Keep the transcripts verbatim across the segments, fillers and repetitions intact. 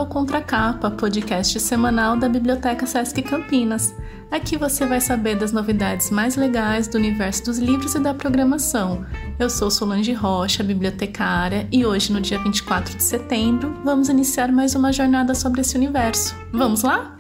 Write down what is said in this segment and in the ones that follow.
ao Contracapa, podcast semanal da Biblioteca Sesc Campinas. Aqui você vai saber das novidades mais legais do universo dos livros e da programação. Eu sou Solange Rocha, bibliotecária, e hoje, no dia vinte e quatro de setembro, vamos iniciar mais uma jornada sobre esse universo. Vamos lá?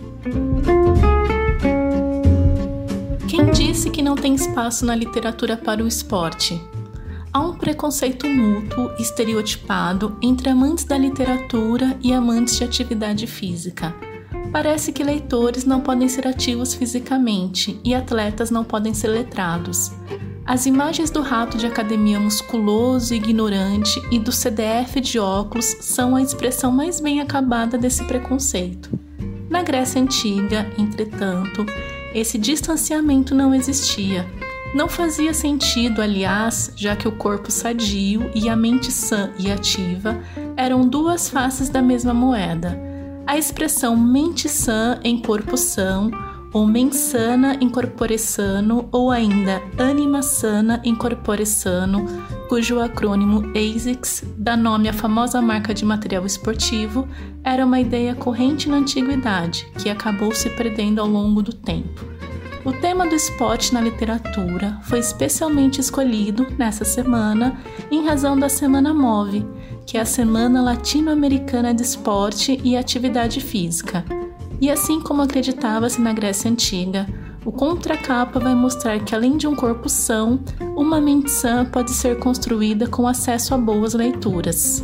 Quem disse que não tem espaço na literatura para o esporte? Há um preconceito mútuo e estereotipado entre amantes da literatura e amantes de atividade física. Parece que leitores não podem ser ativos fisicamente e atletas não podem ser letrados. As imagens do rato de academia musculoso e ignorante e do C D F de óculos são a expressão mais bem acabada desse preconceito. Na Grécia Antiga, entretanto, esse distanciamento não existia. Não fazia sentido, aliás, já que o corpo sadio e a mente sã e ativa eram duas faces da mesma moeda. A expressão mente sã em corpo são, ou mens sana in corpore sano, ou ainda anima sana in corpore sano, cujo acrônimo ASICS dá nome à famosa marca de material esportivo, era uma ideia corrente na antiguidade, que acabou se perdendo ao longo do tempo. O tema do esporte na literatura foi especialmente escolhido nessa semana em razão da Semana Move, que é a Semana Latino-Americana de Esporte e Atividade Física. E assim como acreditava-se na Grécia Antiga, o Contracapa vai mostrar que além de um corpo são, uma mente sã pode ser construída com acesso a boas leituras.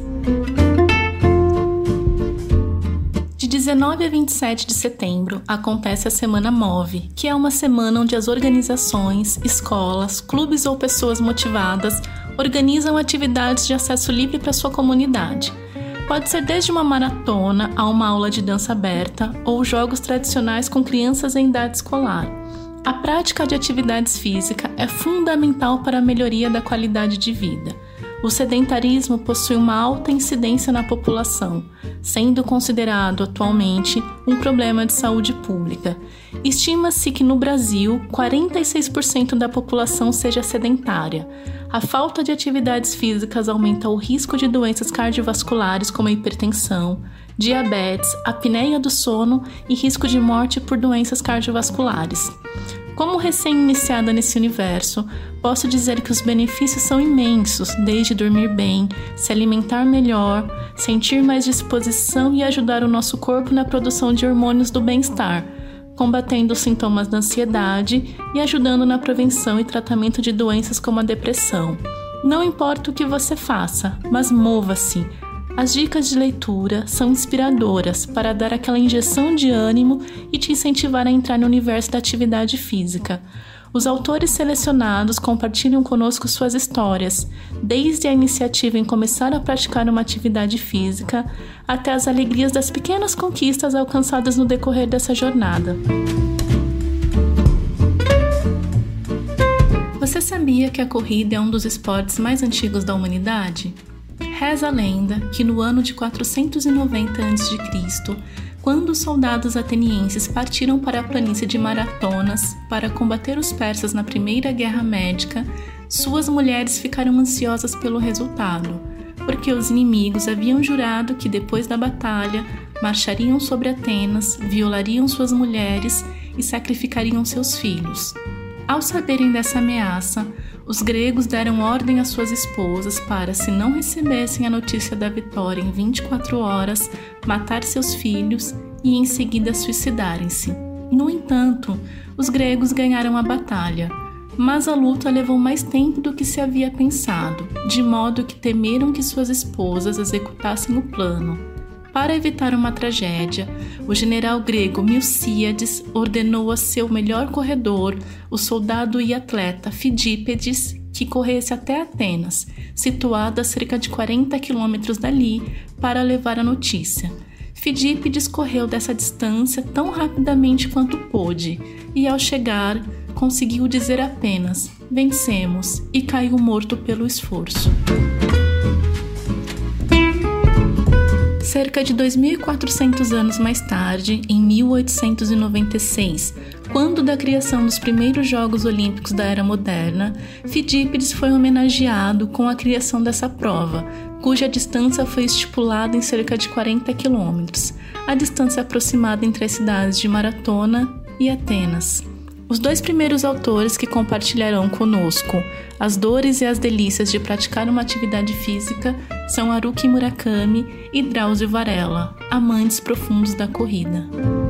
De dezenove a vinte e sete de setembro acontece a Semana Move, que é uma semana onde as organizações, escolas, clubes ou pessoas motivadas organizam atividades de acesso livre para sua comunidade. Pode ser desde uma maratona a uma aula de dança aberta ou jogos tradicionais com crianças em idade escolar. A prática de atividades físicas é fundamental para a melhoria da qualidade de vida. O sedentarismo possui uma alta incidência na população, sendo considerado atualmente um problema de saúde pública. Estima-se que no Brasil, quarenta e seis por cento da população seja sedentária. A falta de atividades físicas aumenta o risco de doenças cardiovasculares como a hipertensão, diabetes, apneia do sono e risco de morte por doenças cardiovasculares. Como recém-iniciada nesse universo, posso dizer que os benefícios são imensos, desde dormir bem, se alimentar melhor, sentir mais disposição e ajudar o nosso corpo na produção de hormônios do bem-estar, combatendo os sintomas da ansiedade e ajudando na prevenção e tratamento de doenças como a depressão. Não importa o que você faça, mas mova-se. As dicas de leitura são inspiradoras para dar aquela injeção de ânimo e te incentivar a entrar no universo da atividade física. Os autores selecionados compartilham conosco suas histórias, desde a iniciativa em começar a praticar uma atividade física até as alegrias das pequenas conquistas alcançadas no decorrer dessa jornada. Você sabia que a corrida é um dos esportes mais antigos da humanidade? Reza a lenda que no ano de quatrocentos e noventa antes de Cristo, quando os soldados atenienses partiram para a planície de Maratonas para combater os persas na Primeira Guerra Médica, suas mulheres ficaram ansiosas pelo resultado, porque os inimigos haviam jurado que depois da batalha marchariam sobre Atenas, violariam suas mulheres e sacrificariam seus filhos. Ao saberem dessa ameaça, os gregos deram ordem às suas esposas para, se não recebessem a notícia da vitória em vinte e quatro horas, matar seus filhos e em seguida suicidarem-se. No entanto, os gregos ganharam a batalha, mas a luta levou mais tempo do que se havia pensado, de modo que temeram que suas esposas executassem o plano. Para evitar uma tragédia, o general grego Milcíades ordenou a seu melhor corredor, o soldado e atleta Fidípedes, que corresse até Atenas, situada a cerca de quarenta quilômetros dali, para levar a notícia. Fidípedes correu dessa distância tão rapidamente quanto pôde, e ao chegar, conseguiu dizer apenas "vencemos" e caiu morto pelo esforço. Cerca de dois mil e quatrocentos anos mais tarde, em mil oitocentos e noventa e seis, Quando da criação dos primeiros Jogos Olímpicos da Era Moderna, Fidípides foi homenageado com a criação dessa prova, cuja distância foi estipulada em cerca de quarenta quilômetros, a distância aproximada entre as cidades de Maratona e Atenas. Os dois primeiros autores que compartilharão conosco as dores e as delícias de praticar uma atividade física são Haruki Murakami e Drauzio Varela, amantes profundos da corrida.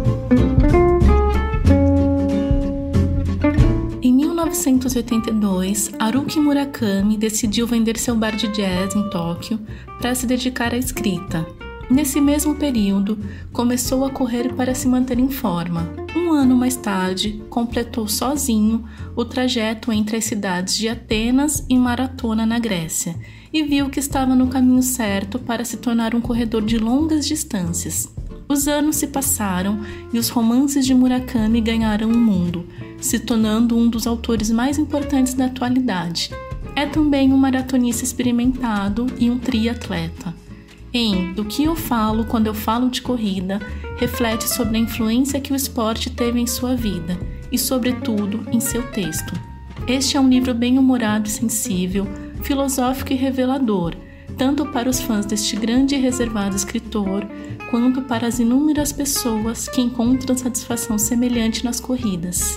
Em mil novecentos e oitenta e dois, Haruki Murakami decidiu vender seu bar de jazz em Tóquio para se dedicar à escrita. Nesse mesmo período, começou a correr para se manter em forma. Um ano mais tarde, completou sozinho o trajeto entre as cidades de Atenas e Maratona, na Grécia, e viu que estava no caminho certo para se tornar um corredor de longas distâncias. Os anos se passaram e os romances de Murakami ganharam o mundo, se tornando um dos autores mais importantes da atualidade. É também um maratonista experimentado e um triatleta. Em Do que eu falo quando eu falo de corrida, reflete sobre a influência que o esporte teve em sua vida e, sobretudo, em seu texto. Este é um livro bem-humorado e sensível, filosófico e revelador, tanto para os fãs deste grande e reservado escritor, quanto para as inúmeras pessoas que encontram satisfação semelhante nas corridas.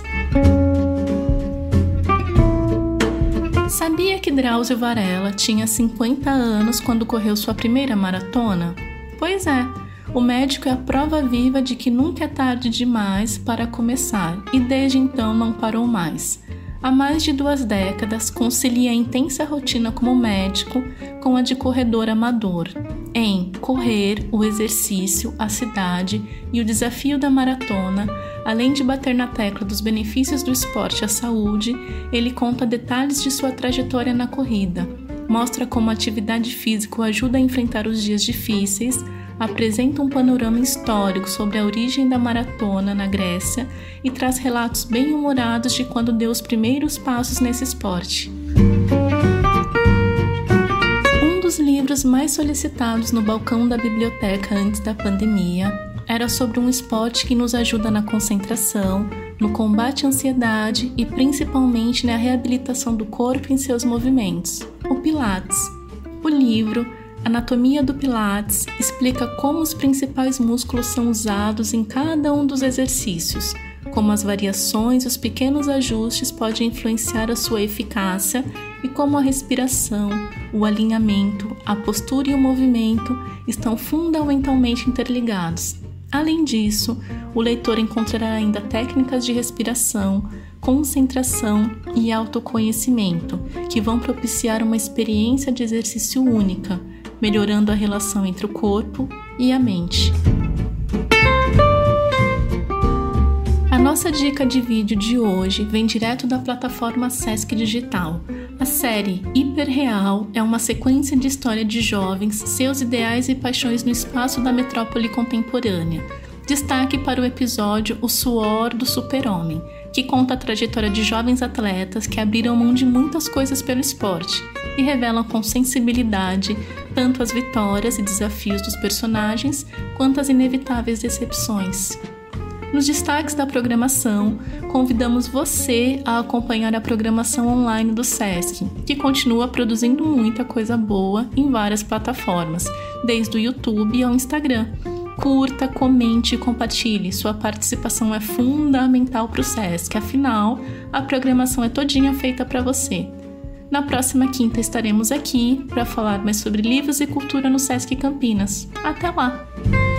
Sabia que Drauzio Varela tinha cinquenta anos quando correu sua primeira maratona? Pois é, o médico é a prova viva de que nunca é tarde demais para começar e desde então não parou mais. Há mais de duas décadas concilia a intensa rotina como médico com a de corredor amador. Em Correr, o exercício, a cidade e o desafio da maratona, além de bater na tecla dos benefícios do esporte à saúde, ele conta detalhes de sua trajetória na corrida, mostra como a atividade física o ajuda a enfrentar os dias difíceis, apresenta um panorama histórico sobre a origem da maratona na Grécia e traz relatos bem-humorados de quando deu os primeiros passos nesse esporte. Um dos livros mais solicitados no balcão da biblioteca antes da pandemia era sobre um esporte que nos ajuda na concentração, no combate à ansiedade e principalmente na reabilitação do corpo em seus movimentos, o Pilates. O livro Anatomia do Pilates explica como os principais músculos são usados em cada um dos exercícios, como as variações e os pequenos ajustes podem influenciar a sua eficácia e como a respiração, o alinhamento, a postura e o movimento estão fundamentalmente interligados. Além disso, o leitor encontrará ainda técnicas de respiração, concentração e autoconhecimento, que vão propiciar uma experiência de exercício única, melhorando a relação entre o corpo e a mente. A nossa dica de vídeo de hoje vem direto da plataforma Sesc Digital. A série Hiperreal é uma sequência de história de jovens, seus ideais e paixões no espaço da metrópole contemporânea. Destaque para o episódio O Suor do Super-Homem, que conta a trajetória de jovens atletas que abriram mão de muitas coisas pelo esporte e revelam com sensibilidade tanto as vitórias e desafios dos personagens quanto as inevitáveis decepções. Nos destaques da programação, convidamos você a acompanhar a programação online do Sesc, que continua produzindo muita coisa boa em várias plataformas, desde o YouTube ao Instagram. Curta, comente e compartilhe, sua participação é fundamental para o Sesc, afinal, a programação é todinha feita para você. Na próxima quinta estaremos aqui para falar mais sobre livros e cultura no Sesc Campinas. Até lá!